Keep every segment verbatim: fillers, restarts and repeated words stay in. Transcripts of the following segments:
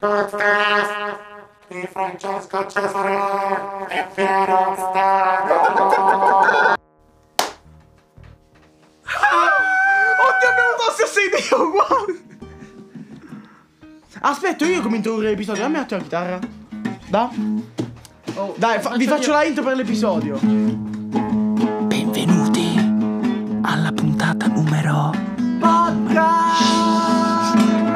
Podcast di Francesco Cesare e Piero Stago. Oddio, abbiamo avuto la stessa idea uguale. Aspetta, io come introdurre l'episodio. Dammi un attimo la chitarra. Da. Oh, Dai, fa- vi faccio la intro per l'episodio. Benvenuti alla puntata numero Podcast.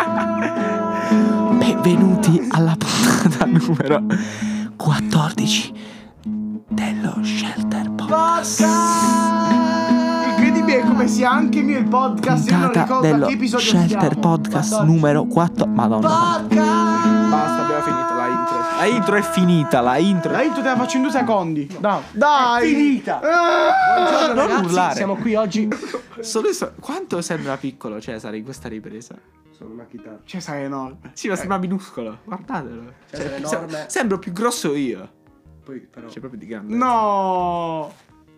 Benvenuti alla puntata numero quattordici dello Shelter Podcast. Incredibile come sia anche mio il podcast. Io non Puntata ricordo a dello che episodio Shelter siamo. Podcast quattordici. numero quattro. Madonna. Podcast. Basta, abbiamo finito la intro. La intro è finita, la intro. La intro te la faccio in due secondi. Dai. Dai. È finita. Ah! Buongiorno non ragazzi, urlare. siamo qui oggi. Solo so- quanto sembra piccolo Cesare in questa ripresa? Sono una chitarra. Cioè, sai, enorme. Sì, ma sembra minuscolo. Guardatelo. Cesare è Sem- enorme. Sembro più grosso io. Poi però C'è proprio di grande. No.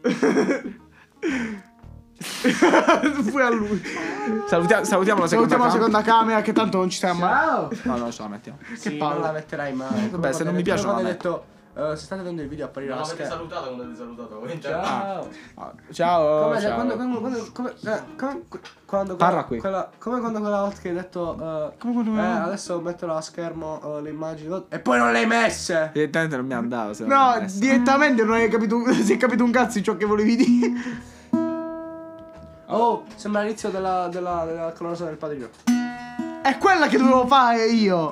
Fui a lui. Salutiamo, salutiamo la seconda. Salutiamo la cam- seconda camera che tanto non ci stiamo mai. ciao. No, no, ce la mettiamo. Sì, palle. non la metterai mai. Vabbè, se non mi piace, non non hai la detto eh, se state vedendo il video apparire Non la avete scherma. salutato quando avete salutato voi. Ciao. Ah, ciao. Come, ciao. quando, quando, quando, come, eh, come, quando Parla quella, qui. quella, come quando quella volta che hai detto eh, Come quando- eh, adesso metterò a schermo eh, le immagini e poi non le hai messe. Direttamente non mi andava. se non No, l'ho messo. direttamente non hai capito. Si è capito un cazzo di ciò che volevi dire. Oh, sembra l'inizio della, della, della colonna sonora del Padrino. È quella che dovevo fare io.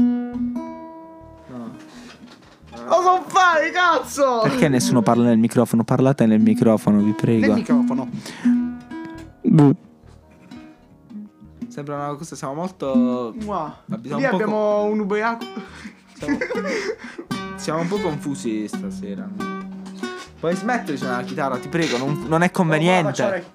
No. Lo so fare, cazzo. Perché nessuno parla nel microfono? Parlate nel microfono, vi Nel prego. microfono. Buh. Sembra una cosa, siamo molto. Mua. Abbiamo Lì un po' abbiamo un ubriaco. Siamo, siamo un po' confusi stasera. Puoi smettere di suonare la chitarra, ti prego, non, non è conveniente.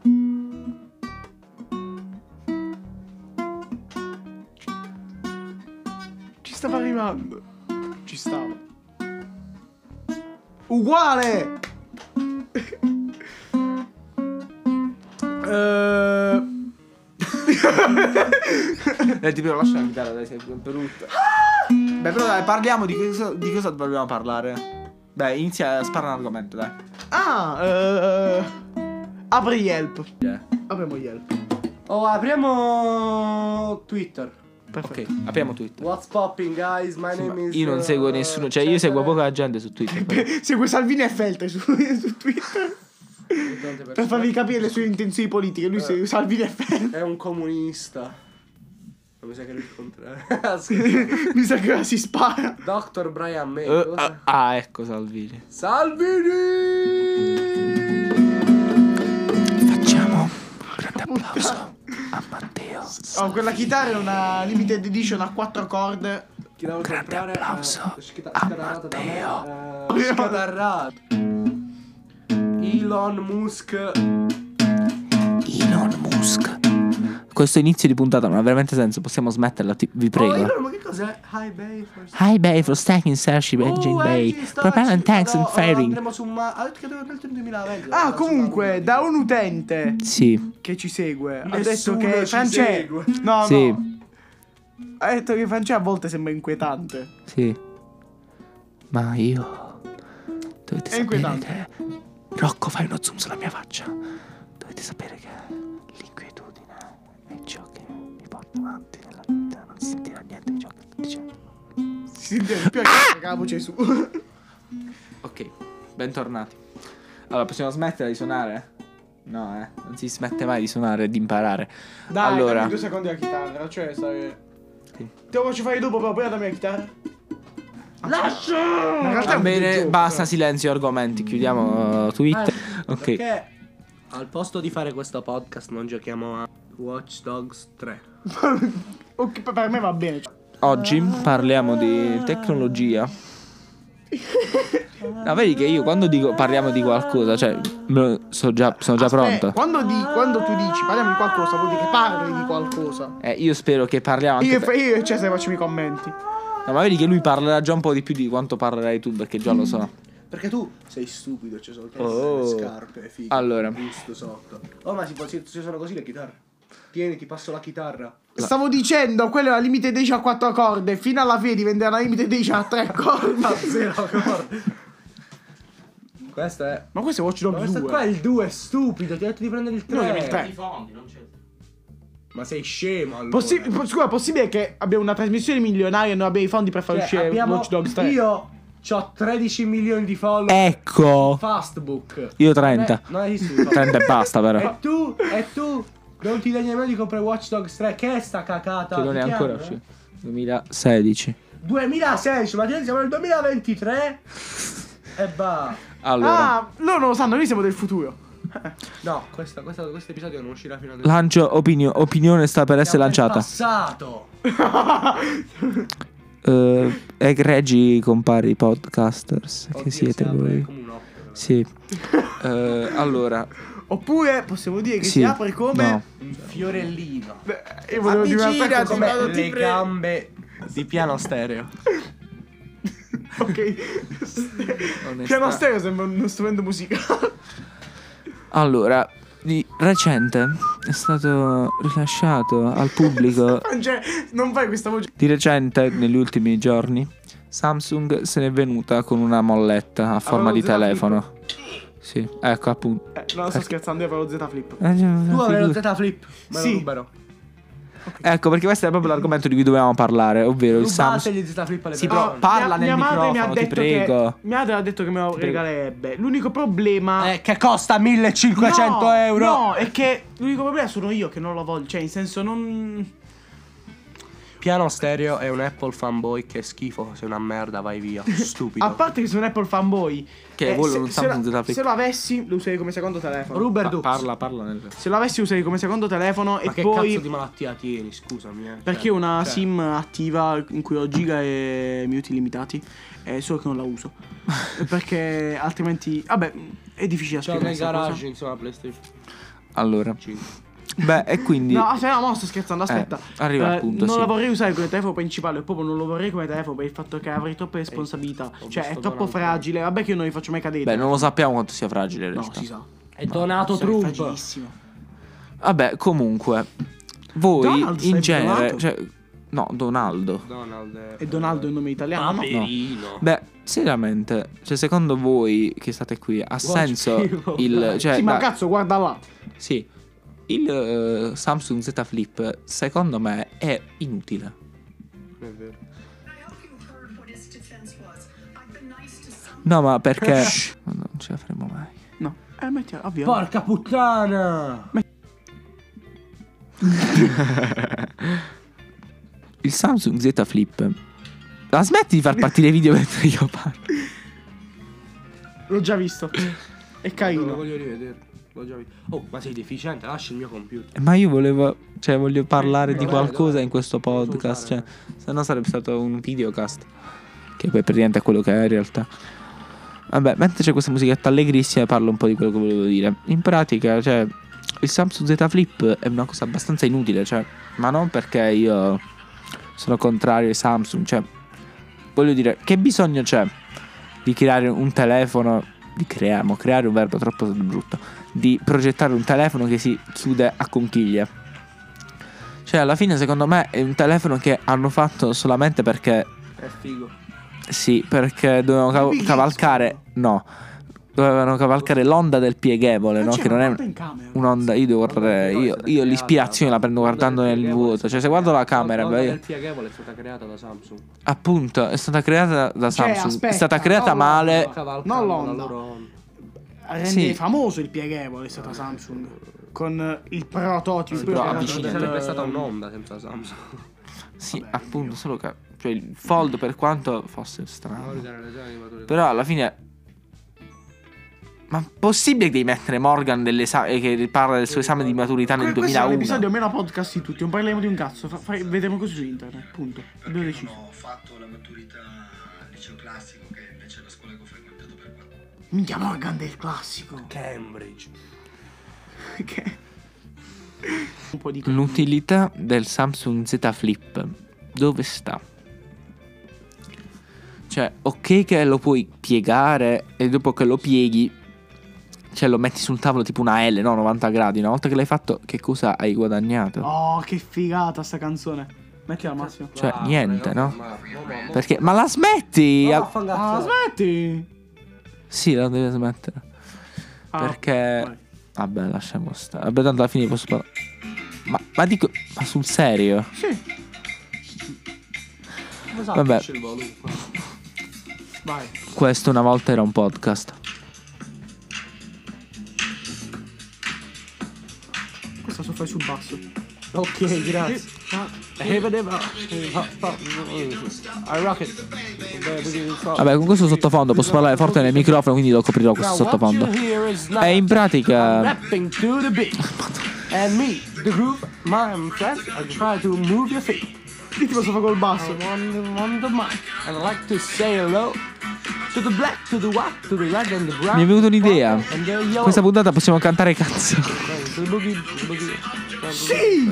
Ci stava arrivando. Ci stava. Uguale. Eh, Eh, ti prego, lascia la chitarra, dai, sei brutta. Beh, però dai, parliamo di cosa, di cosa dobbiamo parlare. Beh, inizia a sparare un argomento, dai. Ah, eh, apri Yelp. Eh. Apriamo Yelp. Oh, apriamo Twitter. Ok, apriamo Twitter. What's popping, guys? My Sì, ma name is. io non seguo uh, nessuno, cioè io seguo poca gente su Twitter. però. Segue Salvini e Feltre su, su Twitter. Per farvi capire le sue intenzioni politiche. Lui segue Salvini e Feltre. È un comunista. Non mi sa che è il contrario. Mi sa che ora si spara. doctor Brian May. Eh, cosa? ah, ah, ecco Salvini. Salvini! Facciamo un grande applauso a Matteo. Oh, quella chitarra è una limited edition a quattro corde. Chi la vuole Grande comprare? applauso eh, schita- a scatarrata da me. Matteo. Eh, scatarrata. Elon Musk. Elon Musk. Questo inizio di puntata non ha veramente senso, possiamo smetterla, ti- vi prego. Oh, Elon, ma che cos'è? High Bay for High Bay for stacking Starship Engine Oh, Bay. eh, ci sta, Propellant ci- tanks and no, fairing. andremo su un ma- ha detto che deve nel duemilaventi. Ah, comunque, da un utente Sì, che ci segue ha Nessuno detto che ci Francesco. segue. No, Sì. no. Ha detto che Francesco a volte sembra inquietante. sì. Ma io dovete È sapere inquietante. che Rocco, fai uno zoom sulla mia faccia. Dovete sapere che l'inquietudine è ciò che mi porta avanti nella vita. Non si sentirà niente di ciò che sto dicendo. Si sente più a che la voce su. Ok, bentornati. Allora, possiamo smettere di suonare? No, eh, non si smette mai di suonare e di imparare. Dai, allora, dammi due secondi la chitarra. Cioè, sai. Sì. Te lo faccio fare dopo, però prima dammi la chitarra. Lascia! In realtà è va un bene, videogioco, basta, però. silenzio argomenti, chiudiamo uh, Twitter. Ok. Perché al posto di fare questo podcast non giochiamo a Watch Dogs tre? Ok, per me va bene. Oggi parliamo di tecnologia. No, vedi che io quando dico parliamo di qualcosa, cioè me lo- so già, sono già Aspetta, pronto. Quando, di, quando tu dici parliamo di qualcosa, vuol dire che parli di qualcosa. Eh, io spero che parliamo anche Io, per- io cioè, se facciamo i commenti. No, ma vedi che lui parlerà già un po' di più di quanto parlerai tu, perché già lo so. Perché tu sei stupido, c'è soltanto Oh. le scarpe, figo. Allora. Giusto sotto. Oh, ma si, può- si, si sono così le chitarre. Tieni, ti passo la chitarra. Stavo dicendo, quello è la Limited Edition a quattro corde. Fino alla fine diventa una Limited Edition a tre corde. A zero corde. Questo è. Ma questo è Watch Dogs Ma questo due. qua è il due, stupido. Ti ho detto di prendere il No, tre. il tre. I fondi, non c'è. Ma sei scemo allora. Possi- po- scusa, possibile che abbiamo una trasmissione milionaria e non abbiamo i fondi per far Cioè, uscire abbiamo- Watch Dogs tre? Io ho tredici milioni di follower. Ecco. Fastbook. Io trenta. Non è esiste. trenta e basta però. E tu, e tu non ti dai nemmeno di comprare Watch Dogs tre. Che è sta cacata? Che non è Di che ancora anno, uscito. duemilasedici. duemilasedici, ma siamo nel duemilaventitré. E va. Allora, Ah, loro non lo sanno, noi siamo del futuro. No, questa, questa, questo episodio non uscirà fino a lancio opinio- opinione sta per essere lanciata. passato. Eh, egregi compari podcasters che Oddio, siete si apre voi? come un occhio, veramente. Sì. Eh, allora, Oppure possiamo dire che sì. si apre come... No. Un fiorellino. Beh, io volevo dire una Avvicinati, cosa come ma non ti le prego. gambe di piano stereo. Ok. Onestà. Piano stereo sembra uno strumento musicale. allora, di recente è stato rilasciato al pubblico. Cioè, non fai questa voce. Di recente, negli ultimi giorni, Samsung se n'è venuta con una molletta a forma Avevo di Z telefono. Sì, ecco appunto. Eh, no, sto scherzando, io avevo Z Flip. Eh, Tu avrai lo figura- Z Flip. Me Sì. lo rubero. Ecco, perché questo è proprio l'argomento di cui dovevamo parlare, ovvero il Samsung. Rubate gli Z Flip alle Sì, persone. però parla mia, nel mia madre mi ha microfono, ti detto prego. Che, mia madre ha detto che me lo prego. regalerebbe. L'unico problema... Eh, che costa millecinquecento no, euro. No, è che l'unico problema sono io che non lo voglio. Cioè, in senso, non... Piano stereo è un Apple fanboy. Che schifo, sei una merda, vai via. Stupido. A parte che sono un Apple fanboy. Che eh, vuole se- un se Samsung lo- Z Flip. Se lo avessi, lo userei come secondo telefono. Ruber Pa- Dux. parla, parla nel... Se lo avessi, lo userei come secondo telefono. Ma e che poi... cazzo di malattia tieni, scusami. Eh. Perché Cioè, ho una cioè, SIM attiva in cui ho giga e minuti limitati. eh, solo che non la uso. Perché altrimenti... Vabbè, è difficile da C'ho spiegare nel questa cosa. garage insieme alla PlayStation Allora, cinque. beh, e quindi... No, aspetta, no, sto scherzando, aspetta. Eh, arriva al Eh, punto, Non sì. la vorrei usare come telefono principale, proprio non lo vorrei come telefono per il fatto che avrei troppe responsabilità. ho Cioè, è visto troppo Donald Trump. fragile. Vabbè che io non li faccio mai cadere. Beh, non lo sappiamo quanto sia fragile in No, realtà. si sa. È donato È Trump. fragilissimo. Vabbè, comunque, voi Donald in sei genere... donato? Cioè, no, Donaldo. Donald è... E Donaldo è il nome italiano, no? Paperino. Beh, seriamente, cioè secondo voi che state qui ha senso people, il... dai. Cioè, Sì, ma da- cazzo, guarda là. sì, il eh, Samsung Z Flip secondo me è inutile. È vero. No, ma perché... No, non ce la faremo mai. No. Eh, metti, avvia. Porca puttana. Il Samsung Z Flip... Ma smetti di far partire i video mentre io parlo. L'ho già visto. È Non lo carino. voglio rivedere. L'ho già visto. Oh, ma sei deficiente, lascia il mio computer. Ma io volevo... Cioè, voglio parlare di Dai, qualcosa dai. in questo podcast. Cioè, Posso se no sarebbe stato un videocast. Che poi praticamente è quello che è in realtà. Vabbè, mentre c'è questa musichetta allegrissima parlo un po' di quello che volevo dire. In pratica, cioè, il Samsung Z Flip è una cosa abbastanza inutile, cioè, ma non perché io sono contrario ai Samsung, cioè, voglio dire, che bisogno c'è di creare un telefono, di creare, mo, creare è un verbo troppo brutto, di progettare un telefono che si chiude a conchiglie. Cioè, alla fine, secondo me, è un telefono che hanno fatto solamente perché... È figo. Sì, perché dovevano cav- cavalcare. No, dovevano cavalcare l'onda del pieghevole, no? c'è Che non una è guarda in camera. un'onda. Io devo guardare. Io, io l'ispirazione la prendo guardando nel vuoto. Cioè, se guardo la camera, L'onda beh, del pieghevole è stata creata da Samsung. appunto, è stata creata da Cioè, Samsung. aspetta, è stata creata no, male. no, Cavalcando non la l'onda. loro onda. Rende Sì. famoso il pieghevole, è stata Samsung. Con il prototipo. Però che era avvicina- Non stato- sarebbe stata un'onda senza Samsung. Sì, appunto, solo che. Cioè, il fold, per quanto fosse strano. Ordine le esami di maturità. Però alla fine. Ma possibile che devi mettere Morgan dell'esame, che parla del suo esame di maturità nel Que- Questo è duemilauno? l'episodio meno podcast di tutti. Non parliamo di un cazzo. Fa- fa- vedremo così su internet. Punto. Abbiamo deciso. Ho fatto la maturità al liceo classico, che invece è la scuola che ho frequentato per quattro anni. Minchia Morgan del classico. Cambridge. Che... Un po' di L'utilità del Samsung Z Flip dove sta? Cioè, ok che lo puoi piegare e dopo che lo pieghi Cioè lo metti sul tavolo tipo una L, no? novanta gradi. Una volta che l'hai fatto, che cosa hai guadagnato? Oh, che figata sta canzone. Mettila al massimo. Cioè, Ah, niente, raga, no? ma- ma- ma- Perché? Ma la smetti? ma Ah, vaffanculo. Ah, smetti. sì, la devi smettere. Ah, Perché... vai. Vabbè, lasciamo stare. Vabbè, tanto alla fine posso parlare. Ma, ma dico... Ma sul serio? Sì, Come sa Vabbè. che c'è il volume? vai. Questo una volta era un podcast. Questo so fai sul basso. Ok, grazie. Eh, vedevo. I rock it. Vabbè, con questo sottofondo posso parlare forte nel microfono, quindi lo coprirò questo sottofondo. E in pratica... Rapping to the beat. And me, the group, my friends, I try to move your feet. Io ti posso fare col basso. I'm on the, on the mic, and I like to say hello to the black, to the white, to the red and the brown. Mi è venuta un'idea. And the yellow. Questa puntata possiamo cantare canzoni. To the boogie, boogie. Sì!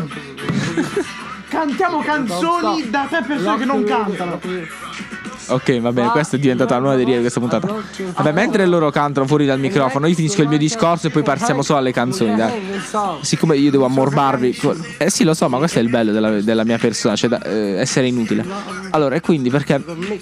Cantiamo canzoni da tre persone che non cantano. Ok, va bene, questa è diventata una deriva di questa puntata. Vabbè, mentre loro cantano fuori dal microfono, io finisco il mio discorso e poi passiamo solo alle canzoni, dai. Siccome io devo ammorbarvi. Eh sì, lo so, ma questo è il bello della, della mia persona, cioè da, eh, essere inutile. Allora, e quindi perché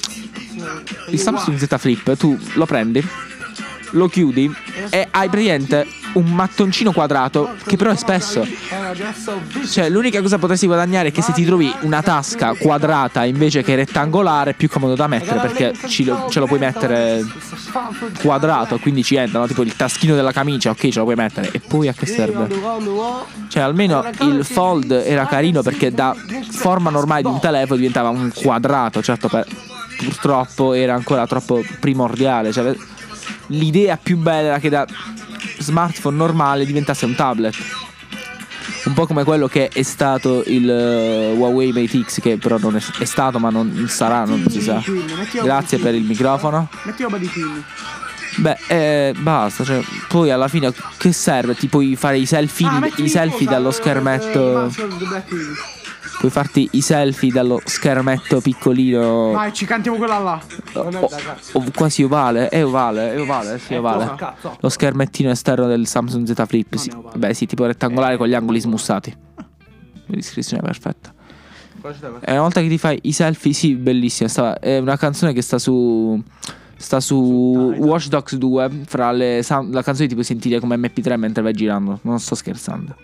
il Samsung Z Flip tu lo prendi, lo chiudi e hai praticamente un mattoncino quadrato che però è spesso. Cioè l'unica cosa potresti guadagnare è che se ti trovi una tasca quadrata invece che rettangolare è più comodo da mettere, perché ci lo- ce lo puoi mettere quadrato, quindi ci entra, no? Tipo il taschino della camicia, ok, ce lo puoi mettere. E poi a che serve? Cioè almeno il Fold era carino perché da forma normale di un telefono diventava un quadrato. Certo, per- purtroppo era ancora troppo primordiale. Cioè, l'idea più bella era che da smartphone normale diventasse un tablet, un po' come quello che è stato il uh, Huawei Mate X, che però non è, è stato, ma non sarà, non si sa. Grazie per il microfono. Metti roba di film. Beh, eh, basta, cioè, poi alla fine che serve? Ti puoi fare i selfie, Ah, metti i selfie cosa, dallo eh, schermetto. eh, The Black Widow. Puoi farti i selfie dallo schermetto piccolino. Vai, ci cantiamo quella là. o, o quasi ovale. È ovale, è ovale, sì, ovale. Cazzo. Lo schermettino esterno del Samsung Z Flip, sì. è ovale. Beh, sì, tipo rettangolare con gli angoli smussati. La descrizione è perfetta. E una volta che ti fai i selfie, sì, bellissima. Sta- è una canzone che sta su. Sta su Watch Dogs due. Fra le sound- la canzone ti puoi sentire come M P tre mentre vai girando. Non sto scherzando.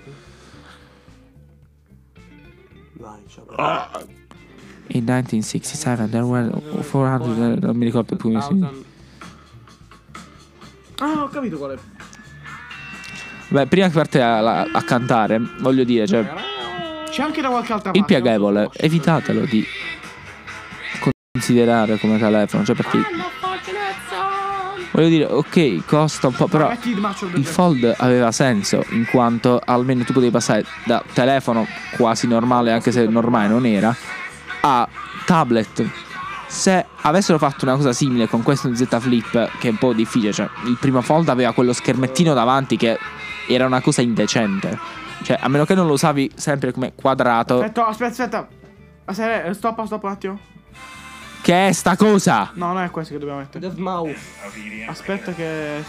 Vai, ciao. In nineteen sixty-seven there were quattrocento. Non mi ricordo più come si. Ah, ho capito qual è. Beh, prima che parte a, a cantare, voglio dire, cioè, C'è anche da qualche altra il parte. pieghevole, evitatelo di considerare come telefono, cioè perché voglio dire, ok, costa un po', però Metti il marcio del il Fold aveva senso, in quanto almeno tu potevi passare da telefono quasi normale, anche se normale non era, a tablet. Se avessero fatto una cosa simile con questo Z Flip, che è un po' difficile, cioè il primo Fold aveva quello schermettino davanti che era una cosa indecente. Cioè, a meno che non lo usavi sempre come quadrato. Aspetta, aspetta, aspetta. Aspetta, stop, stop un attimo. Che è sta cosa? No, non è questo che dobbiamo mettere. Death Mouth. Aspetta che...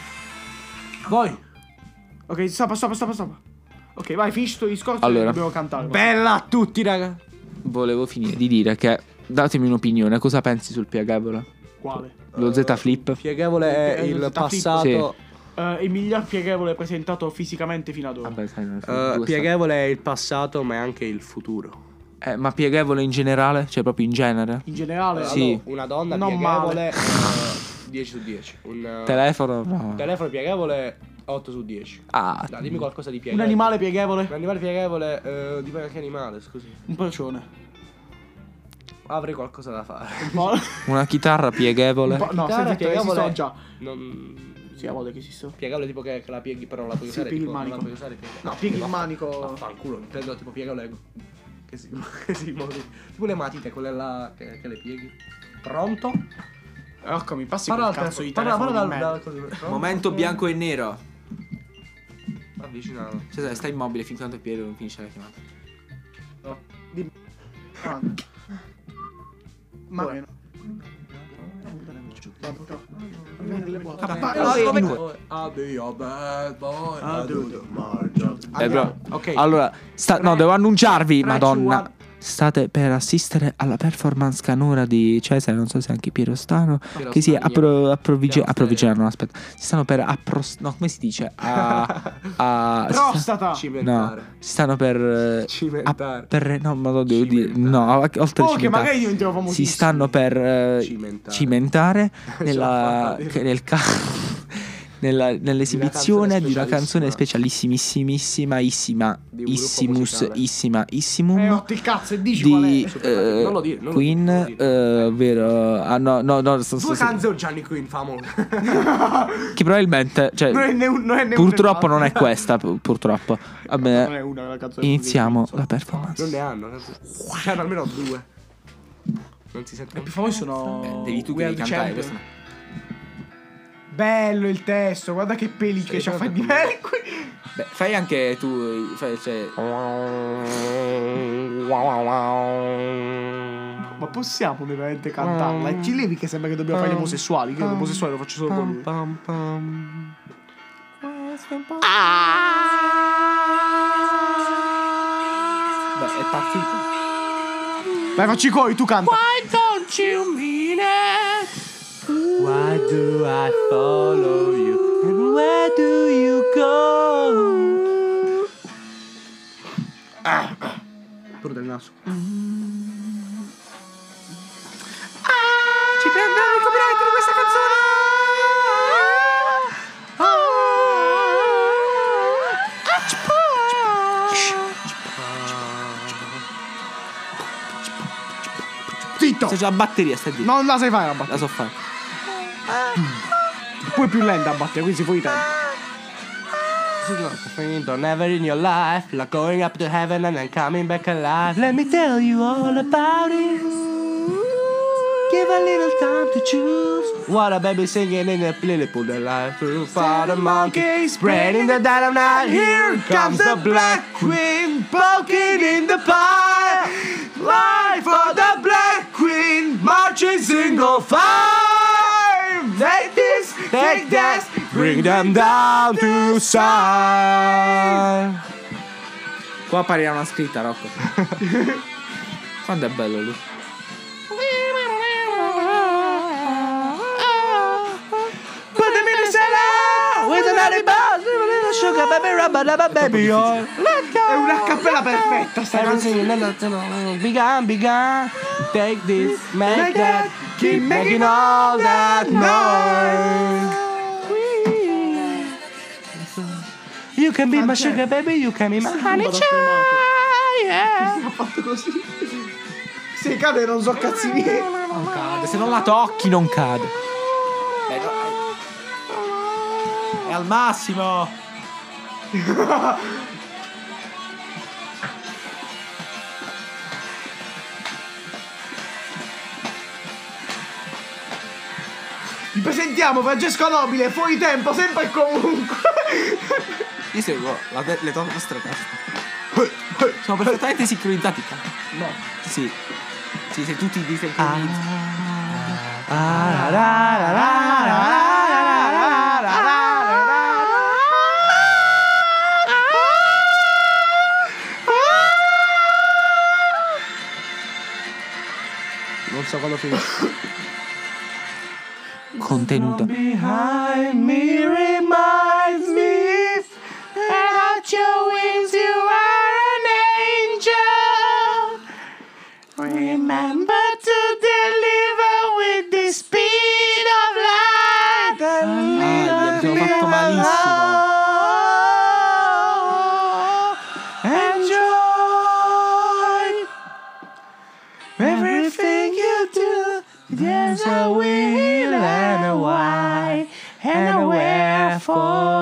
Voi. Ok, stop, stop, stop, stop. Ok, vai, finisci tu i discorsi e Allora. dobbiamo cantare. Bella a tutti, raga. Volevo finire di dire che datemi un'opinione, cosa pensi sul pieghevole? Quale? Lo Z Flip? Pieghevole è Eh, il Z Flip. passato. Eh, il miglior pieghevole presentato fisicamente fino ad ora. Vabbè, sai, non so, Eh, due pieghevole è il passato, ma è anche il futuro. sta- Eh, ma pieghevole in generale? Cioè proprio in genere? In generale, Sì. Allora, una donna Non pieghevole eh, dieci su dieci. Un eh, Telefono? No. telefono pieghevole otto su dieci. Ah, Dai, dimmi qualcosa di un pieghevole. animale pieghevole. Un animale pieghevole, eh, dipende che animale, scusi. Un procione. Avrei qualcosa da fare. Un po'... una chitarra pieghevole? un po'- no, Chitarra senti, pieghevole- esisto già. Non... Sì, a volte che esisto. Pieghevole tipo che, che la pieghi però non la puoi Sì, usare. pieghi tipo, il non la manico. puoi usare pieghi. No, pieghi il vaffa- manico. Vaffanculo, intendo tipo pieghevole che si, che si muove. Tipo le matite, quelle là che, che le pieghi. Pronto? Ecco, mi passi Parla quel al cazzo telefono. di Parla, telefono parla di dal, merda. dal, dal- Momento bianco e nero. Avvicinato. Cioè, stai immobile fin quando il piede non finisce la chiamata. No, dimmi. Ah. Ma meno. I'll be your bad boy. I'll do the my job. Eh, però- Ok. Allora, sta- no, devo annunciarvi, Tre, madonna. two, State per assistere alla performance canora di Cesare, non so se anche Piero Stano, Piero che si Stagno. appro- approvvige- Piero approvvigionano, no, aspetta. Si stanno per appros- no, come si dice? A, a- si sta- Prostata. no, Cimentare. si stanno per eh, Cimentare. a- per no, ma lo devo dire. Cimentare. No, oltre a Oh, che cimentare. magari diventiamo famosissimi. Si stanno per eh, Cimentare. cimentare nella, fatta dire. che- nel ca- nella- nell'esibizione di una canzone specialissima. specialissimissimissima Di un gruppo issimus musicale. issima issimum Eh, otti il cazzo e dici qual di è. eh, Non lo dire, non lo Queen, dire, non lo dire. eh, ovvero ah no no no sto- sto- Due sto- canzoni Gianni Queen famose. che probabilmente cioè, Non è né un- non è né purtroppo una non è questa pu- purtroppo Non vabbè è una la canzone iniziamo così, la Non performance. ne hanno. C'hanno almeno due. Non si sente I più famosi sono Eh, devi tu We che Are devi the cantare, Champions. questo Bello il testo, guarda che peli che c'ha fa di me qui. Beh, fai anche tu fai, cioè, Ma possiamo veramente cantarla? E ci levi che sembra che dobbiamo fare gli omosessuali. Che l'omosessuale lo faccio solo con lui. Pam, pam. beh, è partito. Vai, facci i cori, tu canta. Don't you mean it? Why do I follow you? And where do you go? Pure del naso. Ci prendono il copyright di questa canzone. Zitto. C'è già la batteria, stai zitto. Non la sai fare la La batteria. so fare. Poi è più lenta la batteria, quindi si fuori tempo. Don't never in your life, like going up to heaven and then coming back alive. Let me tell you all about it. Give a little time to choose. What a baby singing in the lily pool, the life through for the monkey. Spreading the dead of night. Here comes the black queen, poking in the pie. Life for the black queen, marching single file. Take this, take that, bring them down to side. Qua apparirà una scritta, Rocco. Quando è bello lui. Put them in the cellar with an alibaba, a little sugar, baby, rubber, rubber, baby oil. Let go. È una cappella perfetta sta Everyone canzone. singing, let us begun, begun. Take this, make that, keep making all that noise. You can be my sugar, baby, you can be my honey child, yeah. Ha fatto così. Se cade non so cazzi miei. Non cade, se non la tocchi non cade. Beh, no, è... è al massimo. Vi presentiamo Francesco Nobile, fuori tempo, sempre e comunque. Io seguo la te- le to- vostre teste. Sono perfettamente sincronizzati. No. Sì. Sì, se tutti disincronizzi. Non so quando finisce. Contenuto. Behind me reminds me that at your wings you are an angel. Remember to deliver with the speed of light. Ah, gli abbiamo fatto malissimo. Enjoy everything you do. There's a will and a why and a wherefore.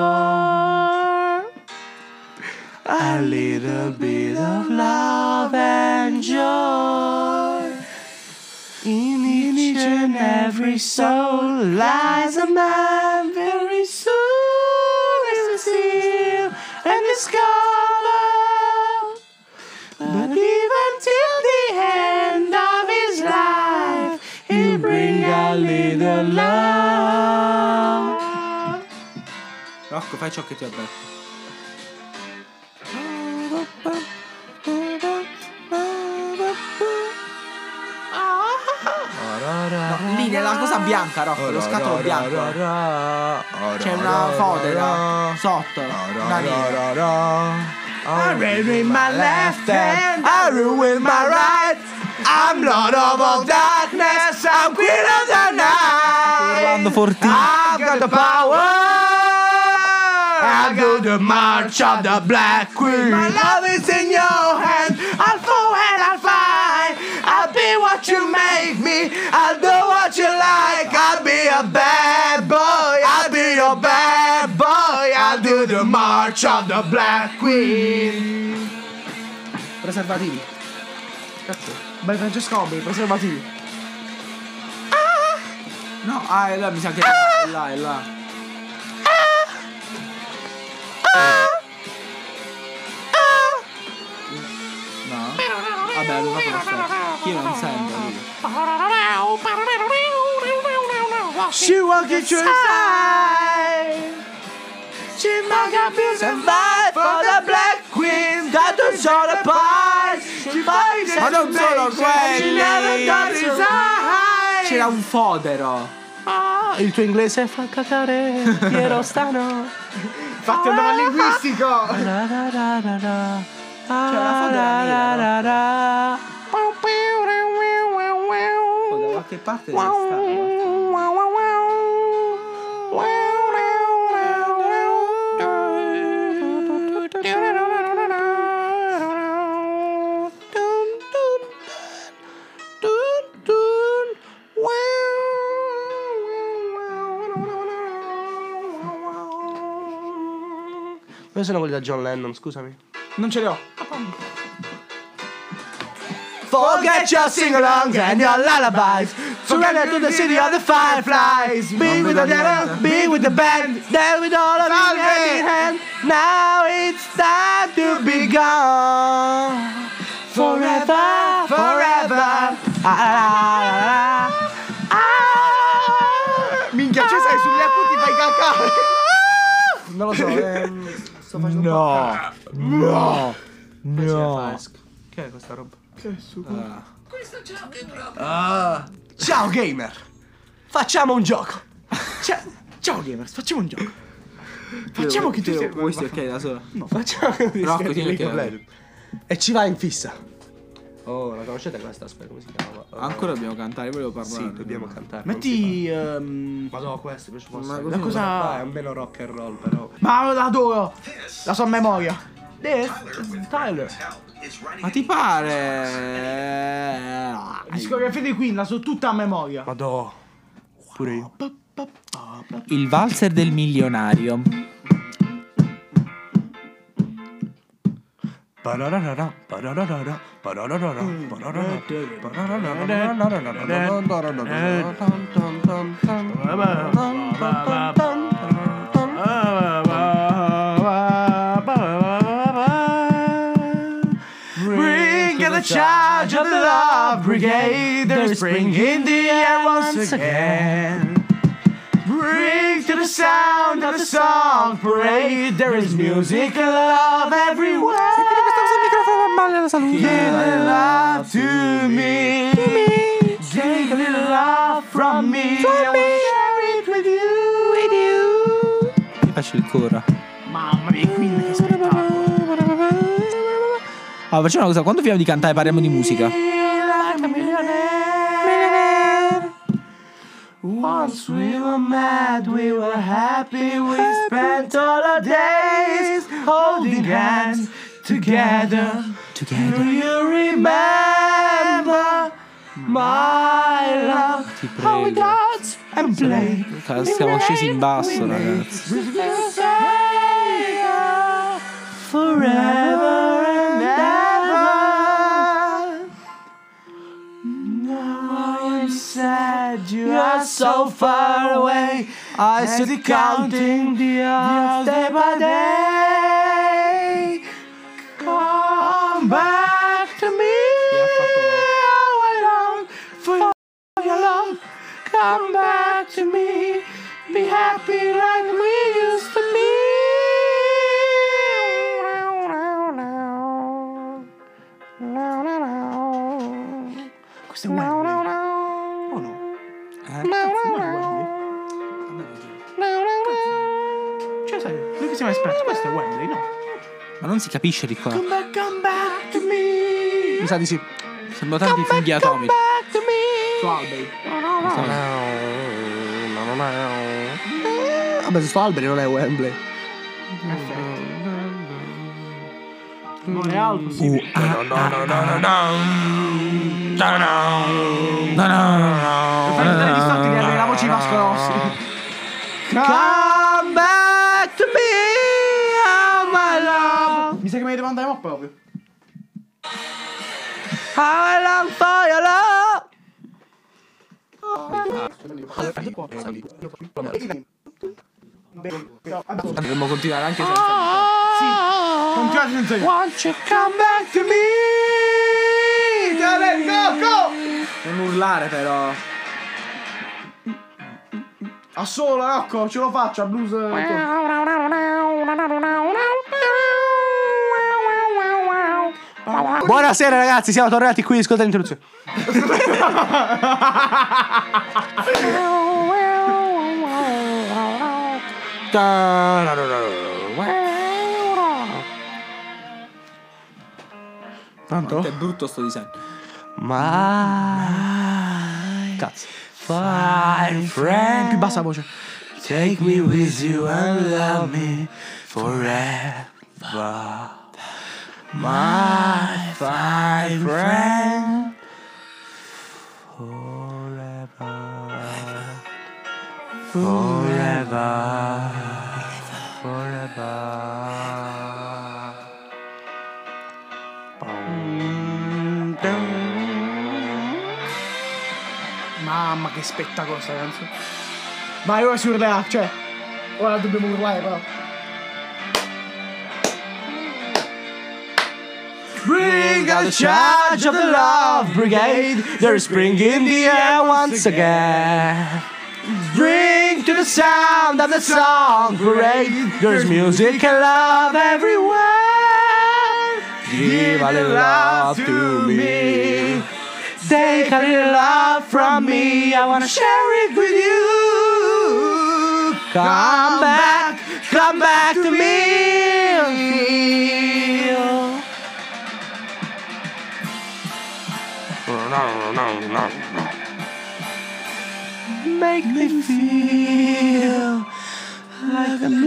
A little bit of love and joy. In each and every soul lies a man very soon is sealed and discovered. But even till the end of his life, he'll bring a little love. Rocco, fai ciò che ti ho detto. No, lì nella cosa bianca, Rocco, lo scatolo bianco. C'è una fodera sotto. Una nera. I read with my left hand, I rule with my right. I'm Lord of all darkness, I'm Queen of the night. Urlando fortissimo. I've got the power. I'll do the march of the Black Queen. My love is in your hand. I'll fall and I'll fight. I'll be what you make me. I'll do what you like. I'll be a bad boy. I'll be your bad boy. I'll do the march of the Black Queen. Preservativi. Cazzo. Beh, Francesco Obri, preservativi. No, ah, è là, mi sa che è là, è là, è là. No? Vabbè, lo fatto passare. Io non sento lì. She won't get your side. She might get bills and fight for the Black Queen. That don't show the pie. She fights. Ma non solo quelli. C'era un fodero. Ah, il tuo inglese fa cacare. Piero Stano. Infatti andava al linguistico. C'è la fodera nera. O da qualche parte deve stare. Dove sono quelli da John Lennon, scusami? Non ce li ho. Forget your sing-alongs and your lullabies. Surrender to the city of the fireflies. Be with the devil, be with the band. There with all of you hand in hand. Now it's time to be gone. Forever, forever. Ah, ah, ah, ah. Minchia, ci sei sugli acuti, fai cacare. Non lo so, ehm, sto facendo No, no, no. Che è questa roba? Che sugo. Ah. Ciao gamer. Facciamo un gioco. Ciao, ciao gamers, facciamo un gioco. Facciamo che tu sei. Vuoi stai da solo? No, Facciamo un Rocco, disco di tieni League of che- Legends. E ci va in fissa. Oh, la conoscete questa? Aspetta, come si chiama? Oh. Ancora dobbiamo cantare, volevo parlare. Sì, dobbiamo cantare. metti. ehm, Ma no, questo invece posso. Ma Ma così cosa- cosa? È un meno rock and roll, però. Ma l'adoro! La so a memoria. This, Tyler. Ma ti pare? La discografia di Queen la so tutta a memoria. Madò. Pure io. Il valzer del milionario. Pararara, pararara, pararara, pararara, Bring the charge of the love brigade. There is spring in the air once again. Bring to the sound of the song parade. There is music and love everywhere. Give a love to me. Take a little love from me. I will share it with you. With you. Mi faccio il coro. Mamma mia, Queen, che spettacolo. Allora, facciamo una cosa. Quando finiamo di cantare parliamo di musica. Like a millionaire. Once we were mad, we were happy. We spent all our days holding hands together. Together. Do you remember my love? Ti How we prego. danced and played. Siamo scesi in basso, ragazzi. We will say forever and ever. Now I am sad, you are so far away. I sit counting the hours day by day. Come back to me. How I long for your love. Come back to me. Be happy like we used to be. Cioè, sai, lui che siamo esperti, questo è Wembley, no? Ma non si capisce di qua. Come back, come back to me. Mi sa di sì. Sembrano tanti funghi atomici. Back to me. Su alberi. Vabbè, su sto alberi non è Wembley. Non è alto, sì. No, no, no, no, no, no. No, no. No, no. Per fare gli stotti che la voce di Vasco Rossi. Come back to me, oh my love. Mi sa che me ne devo andare mo' proprio. How I long for your love. Dovremmo continuare anche senza. Continuate senza io. Won't you come back to me? Dale, go, go! Non urlare però. A solo, Rocco, ce lo faccio a blues. Buonasera ragazzi, siamo tornati qui, ascolta l'introduzione. Tanto? È brutto sto disegno. My Cazzo. fine friend, Più bassa la voce. take me with you and love me forever. My fine friend, forever, forever, forever. Mamma che spettacolo sta canzone. Vai, ora si urlerà, cioè. Ora dobbiamo urlare però. Bring out the charge of the love brigade. There is spring in the air once again. Bring to the sound of the song parade. There is music and love everywhere. Give a little love to me. Take a little love from me. I wanna share it with you. Come back, come back to me. Make me feel like a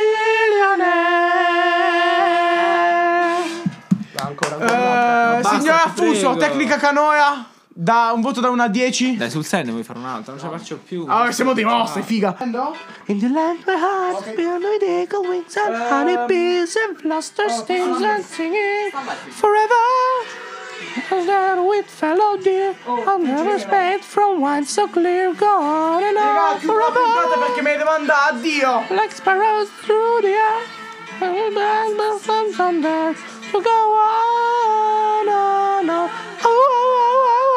millionaire. Eh, signora Affuso, tecnica canoia. Da un voto da uno a dieci. Dai, sul serio vuoi fare un'altra? Non ce la faccio più. Allora siamo dei mostri, figa. In the land where hearts build with eagle wings and honeybees and fluster stings and singing forever. As that with fellow dear, I'll never spade from wine so clear, go on and on forever. Perché me ne devo andare, addio. Like sparrows through the air, and then the sun someday to go on, on, on. Oh, oh, oh, oh,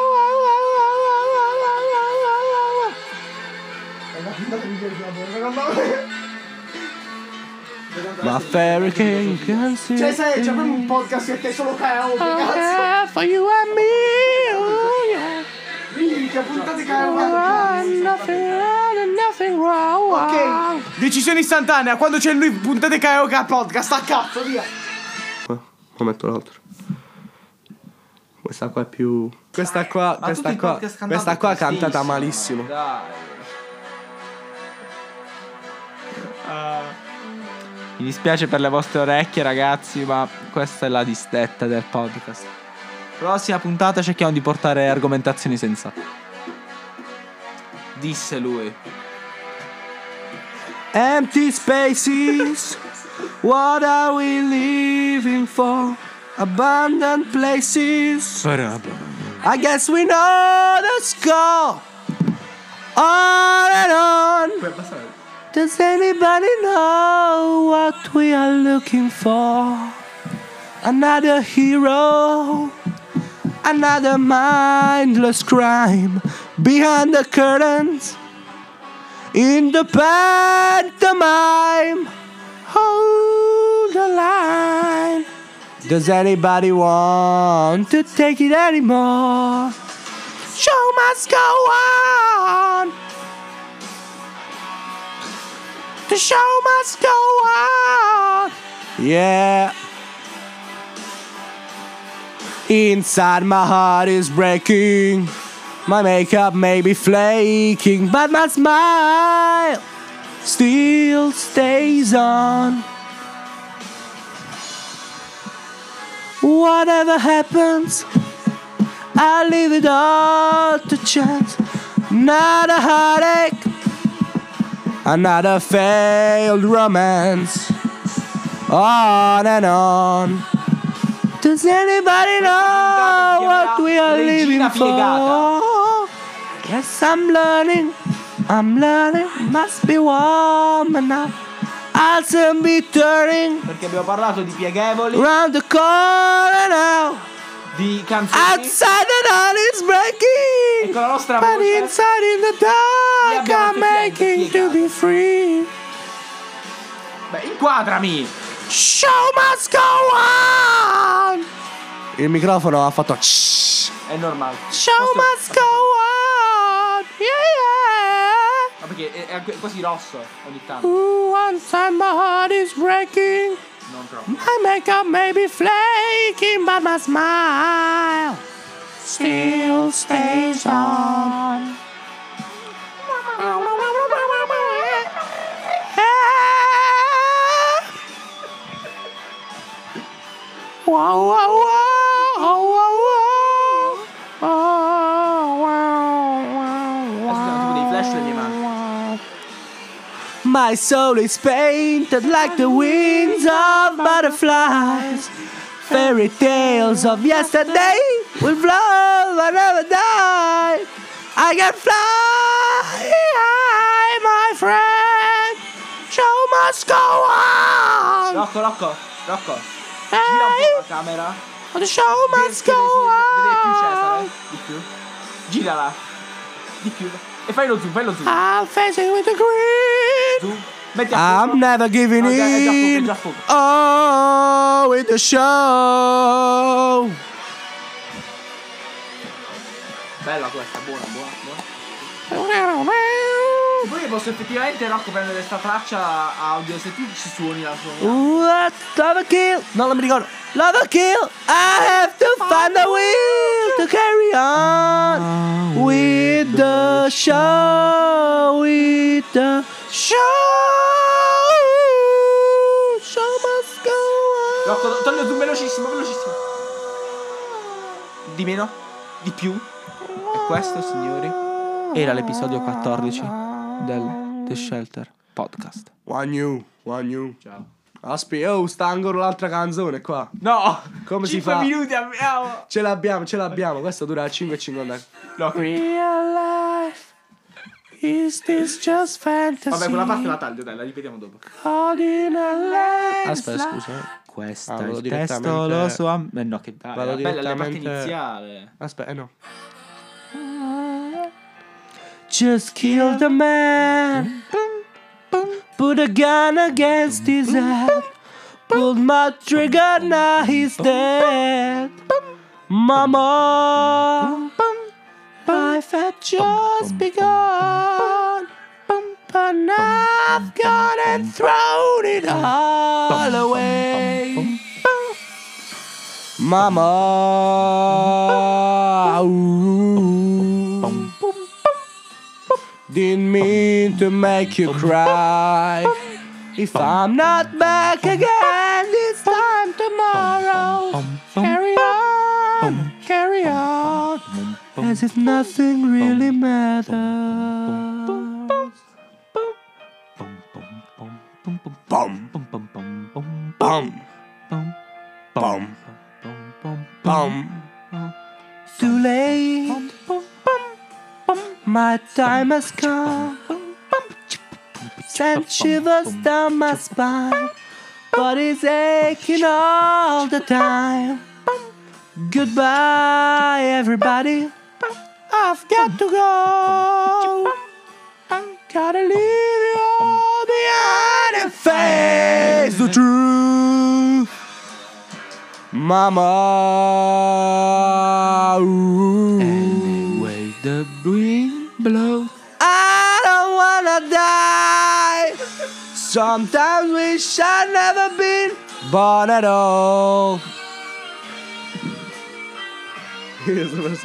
oh, oh, oh, oh. My fairy king can see. Cioè, sai, c'è proprio un podcast che è solo karaoke, cazzo. Yeah, for you and me, oh yeah. Minchia, puntate karaoke. Oh, nothing wrong and nothing wrong. Ok, decisione istantanea. Quando c'è lui, puntate karaoke al podcast, a cazzo, via. Mo metto l'altro. Questa qua è più. Questa qua, questa qua, questa qua è cantata malissimo. Mi dispiace per le vostre orecchie, ragazzi, ma questa è la distetta del podcast. Prossima puntata cerchiamo di portare argomentazioni sensate. Disse lui. Empty spaces, what are we living for? Abandoned places, I guess we know the score. On and on. Does anybody know what we are looking for? Another hero, another mindless crime behind the curtains. In the pantomime, hold the line. Does anybody want to take it anymore? Show must go on. The show must go on. Yeah. Inside my heart is breaking. My makeup may be flaking, but my smile still stays on. Whatever happens, I leave it all to chance. Not a heartache, another failed romance. On and on. Does anybody know what we are living for? Yes, I'm learning, I'm learning. Must be warm enough. I'll soon be turning. Perché abbiamo parlato di pieghevoli, Round the corner now. di canzoni. Outside the dawn is E breaking, con la nostra but voce inside in the li dark abbiamo I'm making effettivamente to be free. Beh, inquadrami. Show must go on. Il microfono ha fatto shh. È normale. Show Posso- must go on. Yeah, yeah. Ma perché è, è quasi rosso ogni tanto. Ooh, one time my heart is breaking. Non troppo. My makeup may be flaking, but my smile still stays on. Wow, wow, wow, wow, wow, wow, wow, Adesso sono tipo dei flash le mie mani. My soul is painted like the wings of butterflies. Fairy tales of yesterday will flow but never die. I can fly high, my friend. Show must go on. Rocco, Rocco, Rocco. Gira un po' la camera. The show must go Vedete più Cesare? on. Di più. Girala. Di più. E fai lo zoom, fai lo zoom. I'm facing with the green. Zoom. Metti a I'm fuoco. never giving No, è già- è già fuoco, è in. già fuoco. Oh, with the show. Bella questa, buona, buona, buona. Poi posso effettivamente, Rocco, prendere sta traccia audio se tu ci suoni la suoni. What? Love a kill. No, non mi ricordo. Love a kill. I have to find the will to carry on with the show. With the show. Show must go on. Rocco, togli tu velocissimo, velocissimo. Di meno? Di più? E questo, signori, era l'episodio quattordici del The Shelter Podcast. One you, one you. Ciao. Aspi, oh, sta ancora l'altra canzone qua. No! Come si cinque fa? minuti abbiamo! Ce l'abbiamo, ce l'abbiamo. Questo dura cinque e cinquanta. Rocco. Real life. Is this just fantasy? Vabbè, quella parte la taglio, dai, la ripetiamo dopo. Caught in a landslide. Aspetta, scusa. Questo Ah, è vado il direttamente- testo, lo so. Eh no, che Dai, Vado la bella è la parte direttamente- iniziale. Aspetta, eh no. Just killed a man. Put a gun against his head. Pulled my trigger, now he's dead. Mama, life had just begun. But now I've gone and thrown it all away. Mama, ooh, didn't mean to make you cry. If I'm not back again this time tomorrow, carry on, carry on, as if nothing really matters. Bum, bum, bum, bum. Too late. My time has come. Sent shivers down my spine. Body's aching all the time. Goodbye, everybody. I've got to go. Gotta leave you all behind and face the truth. Mama, ooh. Anyway, the wind blows. I don't wanna die. Sometimes wish I'd never been born at all. Che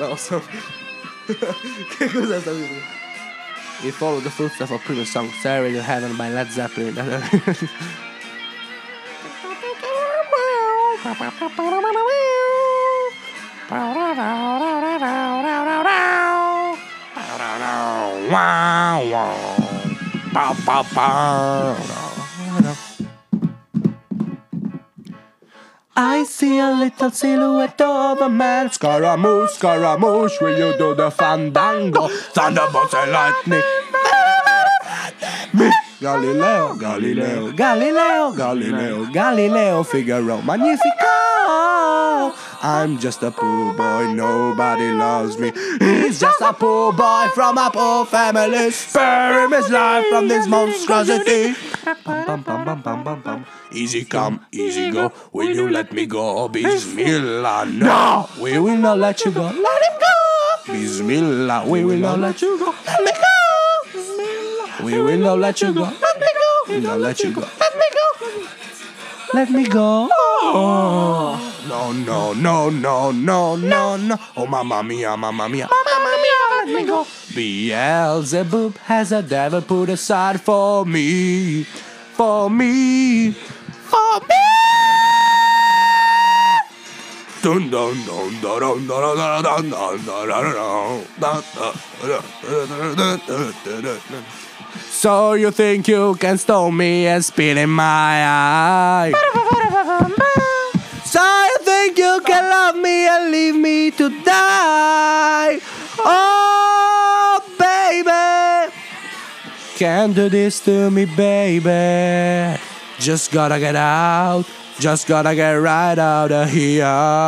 cos'è sta musica? We follow the footsteps of previous songs, Stairway to Heaven by Led Zeppelin. I see a little silhouette of a man. Scaramouche, Scaramouche, will you do the fandango? Thunderbolts and lightning. Galileo, Galileo, Galileo, Galileo, Galileo, Figaro, Magnifico. I'm just a poor boy, nobody loves me. He's just a poor boy from a poor family. Spare him his life from this monstrosity. Bum, bum, bum, bum, bum, bum, bum. Easy come, easy go. Will you let me go? Bismillah, no. We will not let you go. Let him go. Bismillah, we will not let you go. Let me go. We will not let you go. Let me go. We will not let you go. Let me go. Let me go. Oh. No, no, no, no, no, no, no. Oh, mamma mia, mamma mia. Mamma mia, let me go. Beelzebub has a devil put aside for me. For me. For me. Dun dun dun dun dun dun dun dun dun. So you think you can stone me and spit in my eye? So you think you can love me and leave me to die? Oh, baby, can't do this to me, baby. Just gotta get out. Just gotta get right out of here.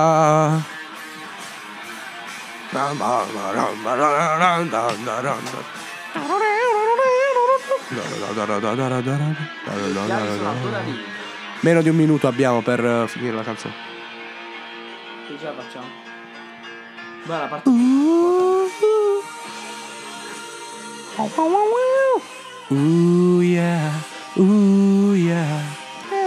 Meno di un minuto abbiamo per uh, finire la canzone. Che ce la facciamo? Beh, la parte. Ooh yeah, ooh yeah.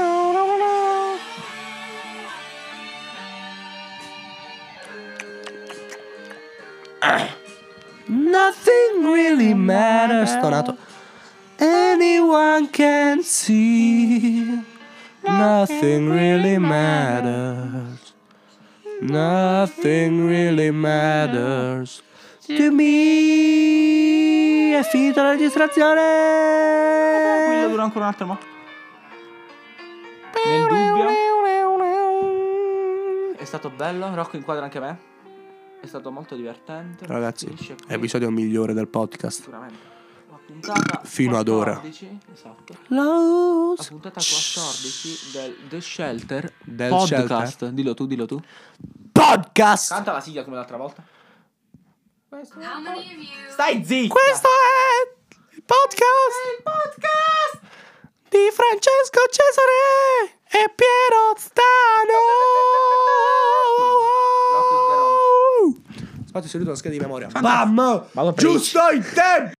Nothing really matters. Stonato. Anyone can see. Nothing really matters. Nothing really matters to me. È finita la registrazione. Quello dura ancora un attimo. Nel dubbio. È stato bello. Rocco inquadra anche me. È stato molto divertente. Ragazzi, Finisce qui. episodio migliore del podcast Sicuramente. La puntata fino ad ora. quattordici, esatto. La La puntata quattordici del The Shelter Del Podcast. Shelter. Dillo tu, dillo tu. podcast. Canta la sigla come l'altra volta. How many of you Stai zitto. Questo è il podcast. il podcast. Di Francesco Cesare e Piero Stano. Spazio seduto alla scheda di memoria. Bam! Vado per Giusto in tempo!